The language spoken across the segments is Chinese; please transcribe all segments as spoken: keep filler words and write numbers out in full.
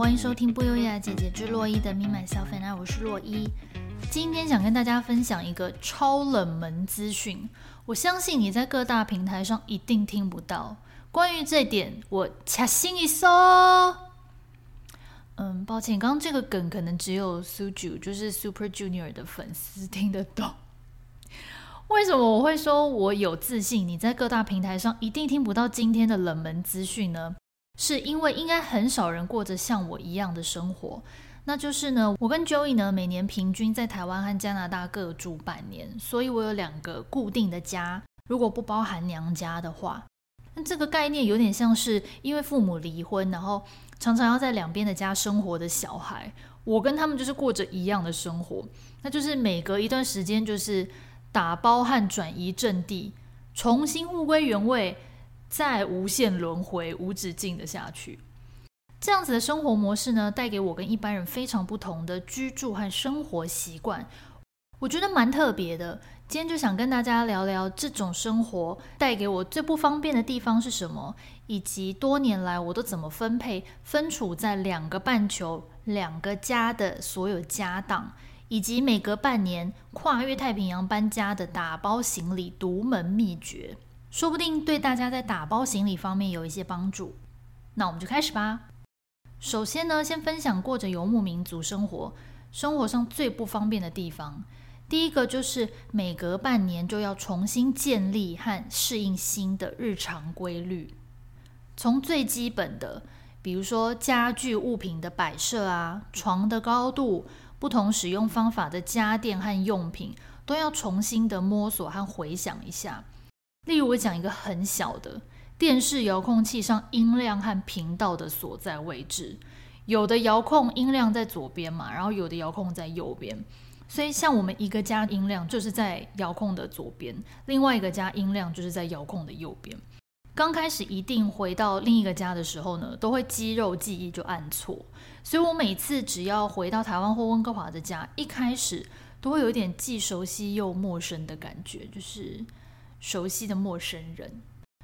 欢迎收听不优雅姐姐之洛伊的 Me Myself and I， 我是洛伊。今天想跟大家分享一个超冷门资讯，我相信你在各大平台上一定听不到。关于这点，我掐心一搜。嗯，抱歉，刚刚这个梗可能只有 Suju， 就是 Super Junior 的粉丝听得懂。为什么我会说我有自信你在各大平台上一定听不到今天的冷门资讯呢？是因为应该很少人过着像我一样的生活，那就是呢，我跟 Joey 呢每年平均在台湾和加拿大各住半年，所以我有两个固定的家，如果不包含娘家的话。那这个概念有点像是因为父母离婚，然后常常要在两边的家生活的小孩，我跟他们就是过着一样的生活，那就是每隔一段时间就是打包和转移阵地，重新物归原位，再无限轮回，无止境的下去。这样子的生活模式呢，带给我跟一般人非常不同的居住和生活习惯，我觉得蛮特别的。今天就想跟大家聊聊这种生活带给我最不方便的地方是什么，以及多年来我都怎么分配分处在两个半球两个家的所有家当，以及每隔半年跨越太平洋搬家的打包行李独门秘诀，说不定对大家在打包行李方面有一些帮助。那我们就开始吧。首先呢，先分享过着游牧民族生活生活上最不方便的地方。第一个就是每隔半年就要重新建立和适应新的日常规律，从最基本的比如说家具物品的摆设啊，床的高度，不同使用方法的家电和用品都要重新的摸索和回想一下。例如我讲一个很小的，电视遥控器上音量和频道的所在位置，有的遥控音量在左边嘛，然后有的遥控在右边，所以像我们一个家音量就是在遥控的左边，另外一个家音量就是在遥控的右边。刚开始一定回到另一个家的时候呢，都会肌肉记忆就按错，所以我每次只要回到台湾或温哥华的家，一开始都会有一点既熟悉又陌生的感觉，就是熟悉的陌生人。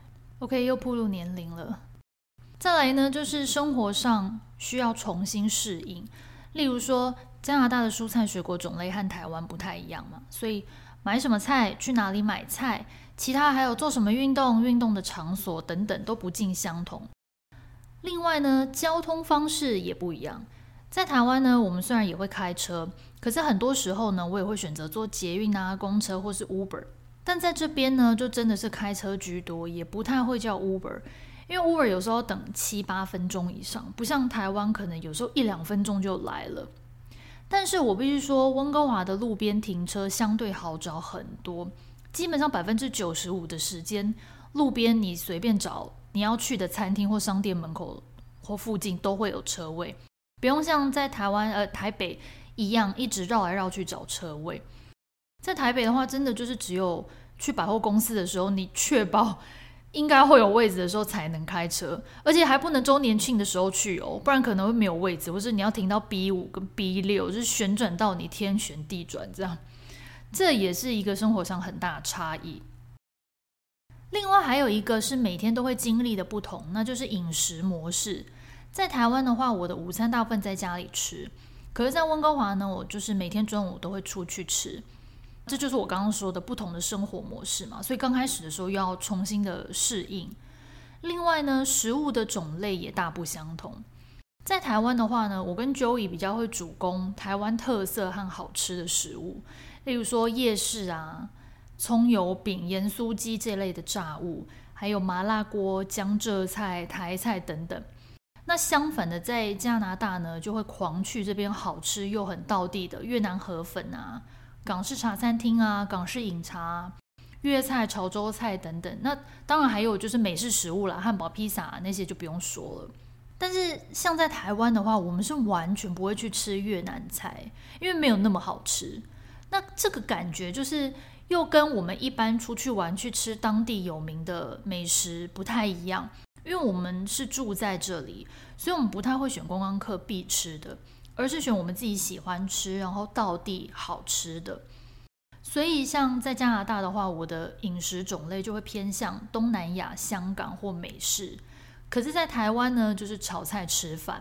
OK， 又暴露年龄了。再来呢，就是生活上需要重新适应，例如说加拿大的蔬菜水果种类和台湾不太一样嘛，所以买什么菜，去哪里买菜，其他还有做什么运动，运动的场所等等都不尽相同。另外呢，交通方式也不一样。在台湾呢，我们虽然也会开车，可是很多时候呢，我也会选择坐捷运啊、公车或是 Uber。但在这边呢，就真的是开车居多，也不太会叫 Uber， 因为 Uber 有时候等七八分钟以上，不像台湾可能有时候一两分钟就来了。但是我必须说，温哥华的路边停车相对好找很多，基本上 百分之九十五 的时间，路边你随便找你要去的餐厅或商店门口或附近都会有车位，不用像在台湾呃台北一样一直绕来绕去找车位。在台北的话，真的就是只有去百货公司的时候，你确保应该会有位置的时候才能开车，而且还不能周年庆的时候去哦，不然可能会没有位置，或是你要停到 B 五 跟 B 六，就是旋转到你天旋地转这样，这也是一个生活上很大的差异。另外还有一个是每天都会经历的不同，那就是饮食模式。在台湾的话，我的午餐大部分在家里吃，可是在温哥华呢，我就是每天中午都会出去吃。这就是我刚刚说的不同的生活模式嘛，所以刚开始的时候要重新的适应。另外呢，食物的种类也大不相同。在台湾的话呢，我跟 Joey 比较会主攻台湾特色和好吃的食物，例如说夜市啊、葱油饼、盐酥鸡这类的炸物，还有麻辣锅、江浙菜、台菜等等。那相反的，在加拿大呢，就会狂去这边好吃又很道地的越南河粉啊、港式茶餐厅啊、港式饮茶啊、粤菜、潮州菜等等。那当然还有就是美式食物啦，汉堡、披萨、啊、那些就不用说了。但是像在台湾的话，我们是完全不会去吃越南菜，因为没有那么好吃。那这个感觉就是又跟我们一般出去玩去吃当地有名的美食不太一样，因为我们是住在这里，所以我们不太会选观光客必吃的，而是选我们自己喜欢吃然后道地好吃的。所以像在加拿大的话，我的饮食种类就会偏向东南亚、香港或美式。可是在台湾呢，就是炒菜吃饭，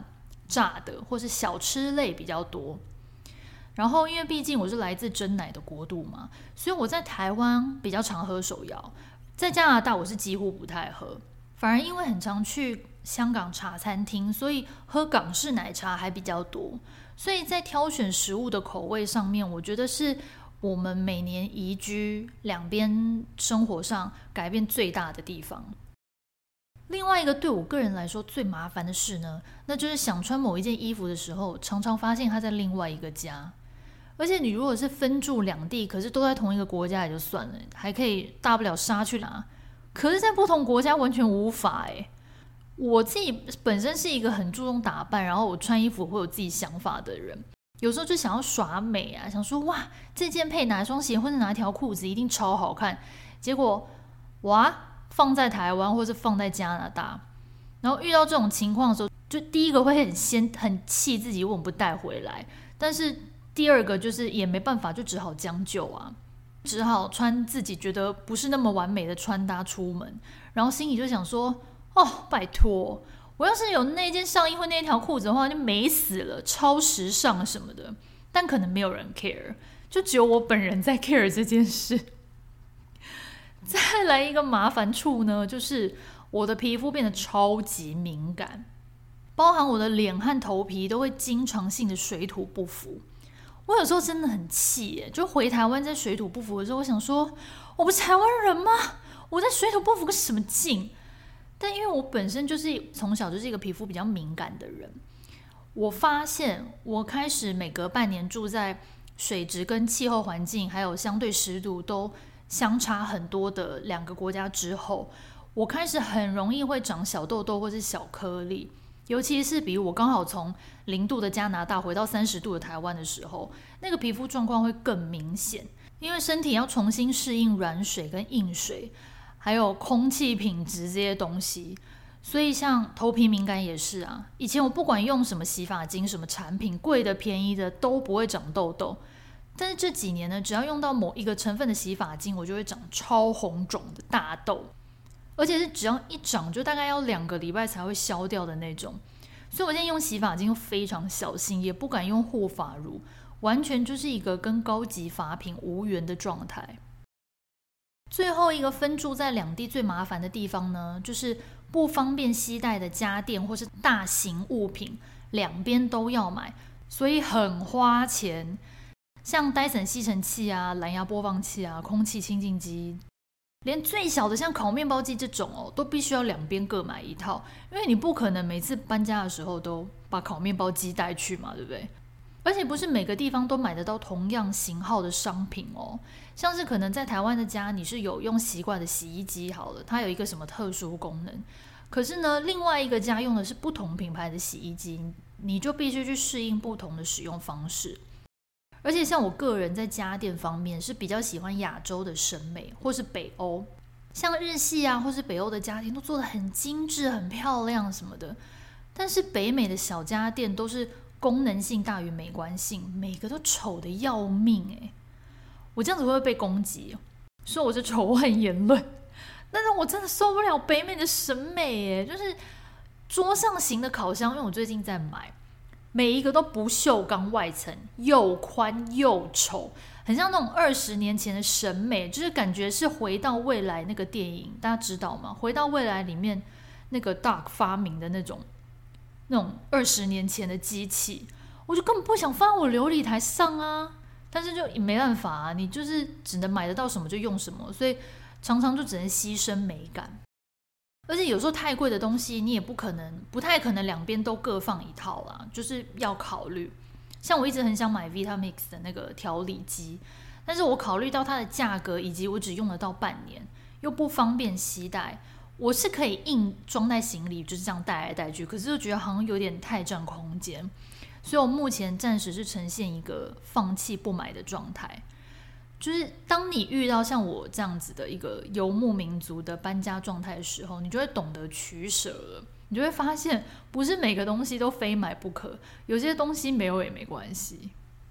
炸的或是小吃类比较多。然后因为毕竟我是来自珍奶的国度嘛，所以我在台湾比较常喝手摇，在加拿大我是几乎不太喝，反而因为很常去香港茶餐厅，所以喝港式奶茶还比较多。所以在挑选食物的口味上面，我觉得是我们每年移居两边生活上改变最大的地方。另外一个对我个人来说最麻烦的事呢，那就是想穿某一件衣服的时候，常常发现它在另外一个家。而且你如果是分住两地，可是都在同一个国家也就算了，还可以大不了杀去拿。可是在不同国家完全无法耶。我自己本身是一个很注重打扮，然后我穿衣服会有自己想法的人，有时候就想要耍美啊，想说哇，这件配哪一双鞋或者哪一条裤子一定超好看。结果哇，放在台湾或是放在加拿大，然后遇到这种情况的时候，就第一个会很先很气自己为什么不带回来，但是第二个就是也没办法，就只好将就啊，只好穿自己觉得不是那么完美的穿搭出门，然后心里就想说，哦，拜托，我要是有那件上衣或那条裤子的话，就美死了，超时尚什么的。但可能没有人 care， 就只有我本人在 care 这件事。再来一个麻烦处呢，就是我的皮肤变得超级敏感，包含我的脸和头皮都会经常性的水土不服。我有时候真的很气耶，就回台湾在水土不服的时候，我想说，我不是台湾人吗？我在水土不服个什么劲？但因为我本身就是从小就是一个皮肤比较敏感的人，我发现我开始每隔半年住在水质跟气候环境还有相对湿度都相差很多的两个国家之后，我开始很容易会长小痘痘或是小颗粒，尤其是比如我刚好从零度的加拿大回到三十度的台湾的时候，那个皮肤状况会更明显，因为身体要重新适应软水跟硬水还有空气品质这些东西。所以像头皮敏感也是啊，以前我不管用什么洗发精什么产品，贵的便宜的都不会长痘痘，但是这几年呢，只要用到某一个成分的洗发精，我就会长超红肿的大痘，而且是只要一长就大概要两个礼拜才会消掉的那种。所以我现在用洗发精非常小心，也不敢用护发乳，完全就是一个跟高级发品无缘的状态。最后一个分住在两地最麻烦的地方呢，就是不方便携带的家电或是大型物品两边都要买，所以很花钱。像戴森吸尘器啊、蓝牙播放器啊、空气清净机，连最小的像烤面包机这种哦，都必须要两边各买一套，因为你不可能每次搬家的时候都把烤面包机带去嘛，对不对？而且不是每个地方都买得到同样型号的商品哦，像是可能在台湾的家你是有用习惯的洗衣机好了，它有一个什么特殊功能，可是呢另外一个家用的是不同品牌的洗衣机，你就必须去适应不同的使用方式。而且像我个人在家电方面是比较喜欢亚洲的审美或是北欧，像日系啊或是北欧的家庭都做得很精致很漂亮什么的，但是北美的小家电都是功能性大于美观性，每个都丑得要命耶。我这样子会不会被攻击？说我是仇恨言论，但是我真的受不了北美的审美耶，就是桌上型的烤箱，因为我最近在买，每一个都不锈钢外层，又宽又丑，很像那种二十年前的审美，就是感觉是回到未来那个电影，大家知道吗？回到未来里面那个 Doc 发明的那种那种二十年前的机器，我就根本不想放在我流理台上啊。但是就也没办法啊，你就是只能买得到什么就用什么，所以常常就只能牺牲美感。而且有时候太贵的东西，你也不可能，不太可能两边都各放一套啦，就是要考虑。像我一直很想买 Vitamix 的那个调理机，但是我考虑到它的价格以及我只用得到半年，又不方便携带，我是可以硬装在行李，就是这样带来带去，可是就觉得好像有点太占空间，所以我目前暂时是呈现一个放弃不买的状态。就是当你遇到像我这样子的一个游牧民族的搬家状态的时候，你就会懂得取舍了，你就会发现不是每个东西都非买不可，有些东西没有也没关系。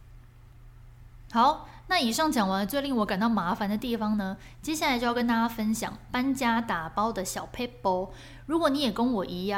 好，那以上讲完了最令我感到麻烦的地方呢，接下来就要跟大家分享搬家打包的小撇步。如果你也跟我一样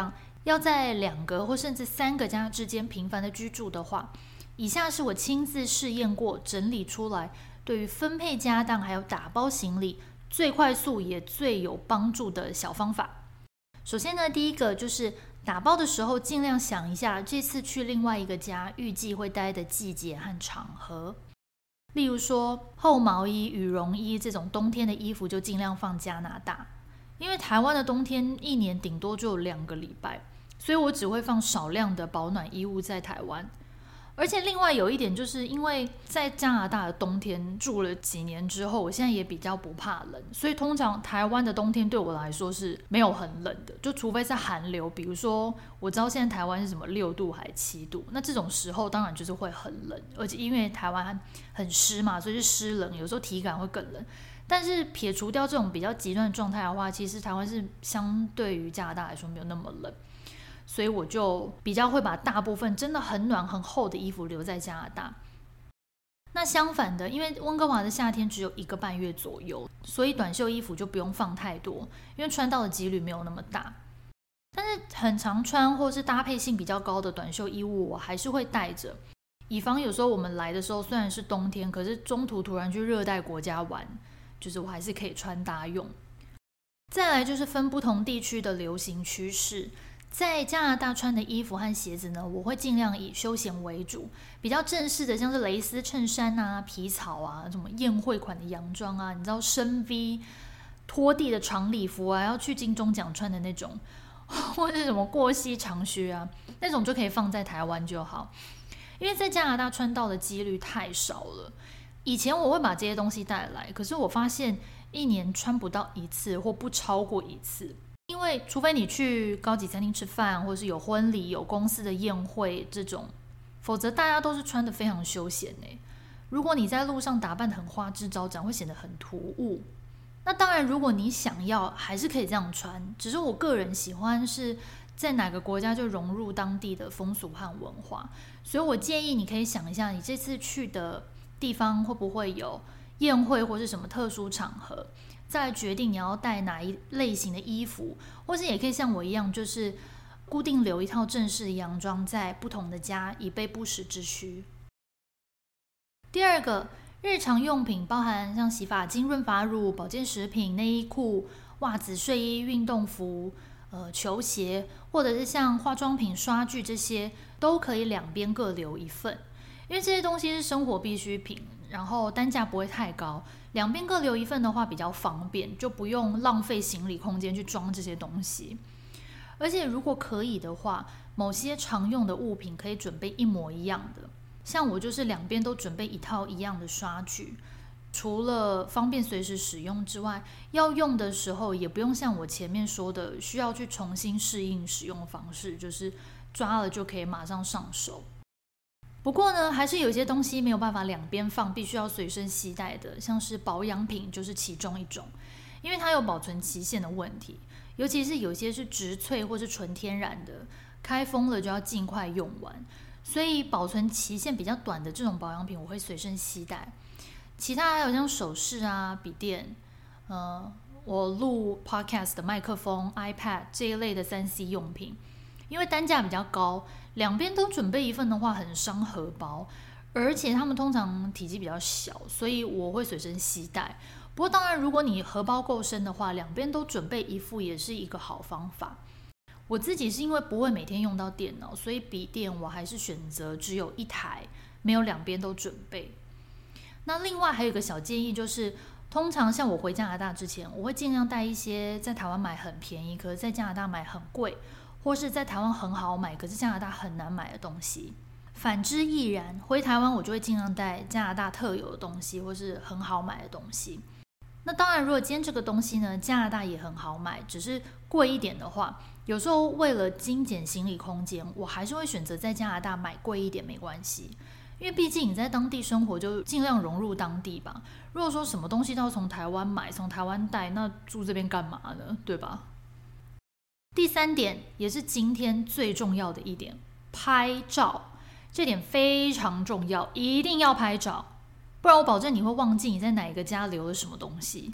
要在两个或甚至三个家之间频繁的居住的话，以下是我亲自试验过整理出来对于分配家当还有打包行李最快速也最有帮助的小方法。首先呢，第一个就是打包的时候尽量想一下这次去另外一个家预计会待的季节和场合，例如说厚毛衣、羽绒衣这种冬天的衣服就尽量放加拿大，因为台湾的冬天一年顶多就有两个礼拜，所以我只会放少量的保暖衣物在台湾。而且另外有一点，就是因为在加拿大的冬天住了几年之后，我现在也比较不怕冷，所以通常台湾的冬天对我来说是没有很冷的，就除非是寒流，比如说我知道现在台湾是什么六度还七度，那这种时候当然就是会很冷，而且因为台湾很湿嘛，所以是湿冷，有时候体感会更冷。但是撇除掉这种比较极端的状态的话，其实台湾是相对于加拿大来说没有那么冷，所以我就比较会把大部分真的很暖很厚的衣服留在加拿大。那相反的，因为温哥华的夏天只有一个半月左右，所以短袖衣服就不用放太多，因为穿到的几率没有那么大。但是很常穿或是搭配性比较高的短袖衣物我还是会带着，以防有时候我们来的时候虽然是冬天，可是中途突然去热带国家玩，就是我还是可以穿搭用。再来就是分不同地区的流行趋势，在加拿大穿的衣服和鞋子呢，我会尽量以休闲为主，比较正式的像是蕾丝衬衫啊、皮草啊、什么宴会款的洋装啊，你知道深 V 拖地的长礼服啊，要去金钟奖穿的那种，或是什么过膝长靴啊，那种就可以放在台湾就好，因为在加拿大穿到的几率太少了。以前我会把这些东西带来，可是我发现一年穿不到一次或不超过一次，因为除非你去高级餐厅吃饭，或是有婚礼、有公司的宴会这种，否则大家都是穿得非常休闲耶。如果你在路上打扮得很花枝招展，会显得很突兀。那当然如果你想要还是可以这样穿，只是我个人喜欢是在哪个国家就融入当地的风俗和文化，所以我建议你可以想一下，你这次去的地方会不会有宴会或是什么特殊场合，再来决定你要带哪一类型的衣服，或是也可以像我一样，就是固定留一套正式的洋装在不同的家，以备不时之需。第二个，日常用品包含像洗发精、润发乳、保健食品、内衣裤、袜子、睡衣、运动服、呃球鞋，或者是像化妆品、刷具，这些都可以两边各留一份，因为这些东西是生活必需品，然后单价不会太高，两边各留一份的话比较方便，就不用浪费行李空间去装这些东西。而且如果可以的话，某些常用的物品可以准备一模一样的，像我就是两边都准备一套一样的刷具，除了方便随时使用之外，要用的时候也不用像我前面说的需要去重新适应使用方式，就是抓了就可以马上上手。不过呢，还是有些东西没有办法两边放，必须要随身携带的，像是保养品就是其中一种，因为它有保存期限的问题，尤其是有些是植萃或是纯天然的，开封了就要尽快用完，所以保存期限比较短的这种保养品我会随身携带。其他还有像首饰啊、笔电、呃、我录 podcast 的麦克风、iPad 这一类的 三 C 用品，因为单价比较高，两边都准备一份的话很伤荷包，而且他们通常体积比较小，所以我会随身携带。不过当然如果你荷包够深的话，两边都准备一副也是一个好方法。我自己是因为不会每天用到电脑，所以笔电我还是选择只有一台，没有两边都准备。那另外还有一个小建议，就是通常像我回加拿大之前，我会尽量带一些在台湾买很便宜，可是在加拿大买很贵，或是在台湾很好买，可是加拿大很难买的东西。反之亦然，回台湾我就会尽量带加拿大特有的东西，或是很好买的东西。那当然如果今天这个东西呢，加拿大也很好买，只是贵一点的话，有时候为了精简行李空间，我还是会选择在加拿大买贵一点没关系，因为毕竟你在当地生活，就尽量融入当地吧。如果说什么东西都要从台湾买、从台湾带，那住这边干嘛呢？对吧？第三点也是今天最重要的一点，拍照。这点非常重要，一定要拍照，不然我保证你会忘记你在哪一个家留了什么东西。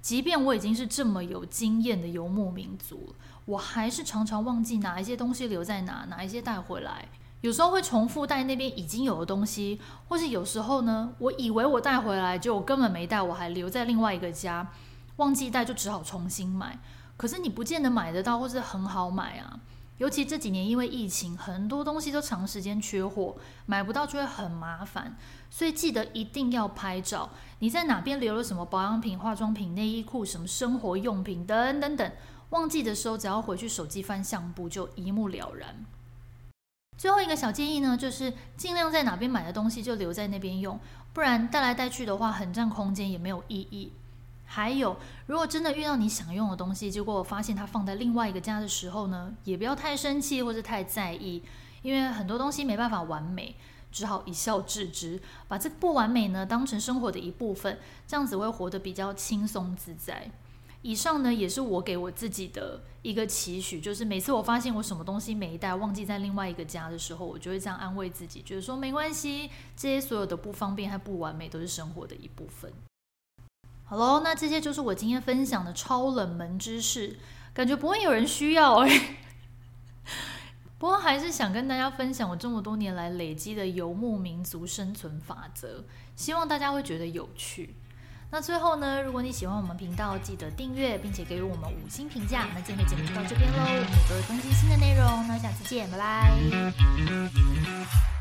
即便我已经是这么有经验的游牧民族了，我还是常常忘记哪一些东西留在哪，哪一些带回来。有时候会重复带那边已经有的东西，或是有时候呢，我以为我带回来，结果我根本没带，我还留在另外一个家，忘记带就只好重新买。可是你不见得买得到，或是很好买啊。尤其这几年因为疫情，很多东西都长时间缺货，买不到就会很麻烦。所以记得一定要拍照，你在哪边留了什么保养品、化妆品、内衣裤、什么生活用品等等等，忘记的时候只要回去手机翻相簿就一目了然。最后一个小建议呢，就是尽量在哪边买的东西就留在那边用，不然带来带去的话很占空间也没有意义。还有，如果真的遇到你想用的东西，结果我发现它放在另外一个家的时候呢，也不要太生气或是太在意，因为很多东西没办法完美，只好一笑置之，把这个不完美呢当成生活的一部分，这样子会活得比较轻松自在。以上呢也是我给我自己的一个期许，就是每次我发现我什么东西没带，忘记在另外一个家的时候，我就会这样安慰自己，觉得说没关系，这些所有的不方便和不完美都是生活的一部分。好咯，那这些就是我今天分享的超冷门知识，感觉不会有人需要欸不过还是想跟大家分享我这么多年来累积的游牧民族生存法则，希望大家会觉得有趣。那最后呢，如果你喜欢我们频道，记得订阅并且给予我们五星评价。那今天的节目就到这边咯，我们都会更新新的内容，那下次见，拜拜。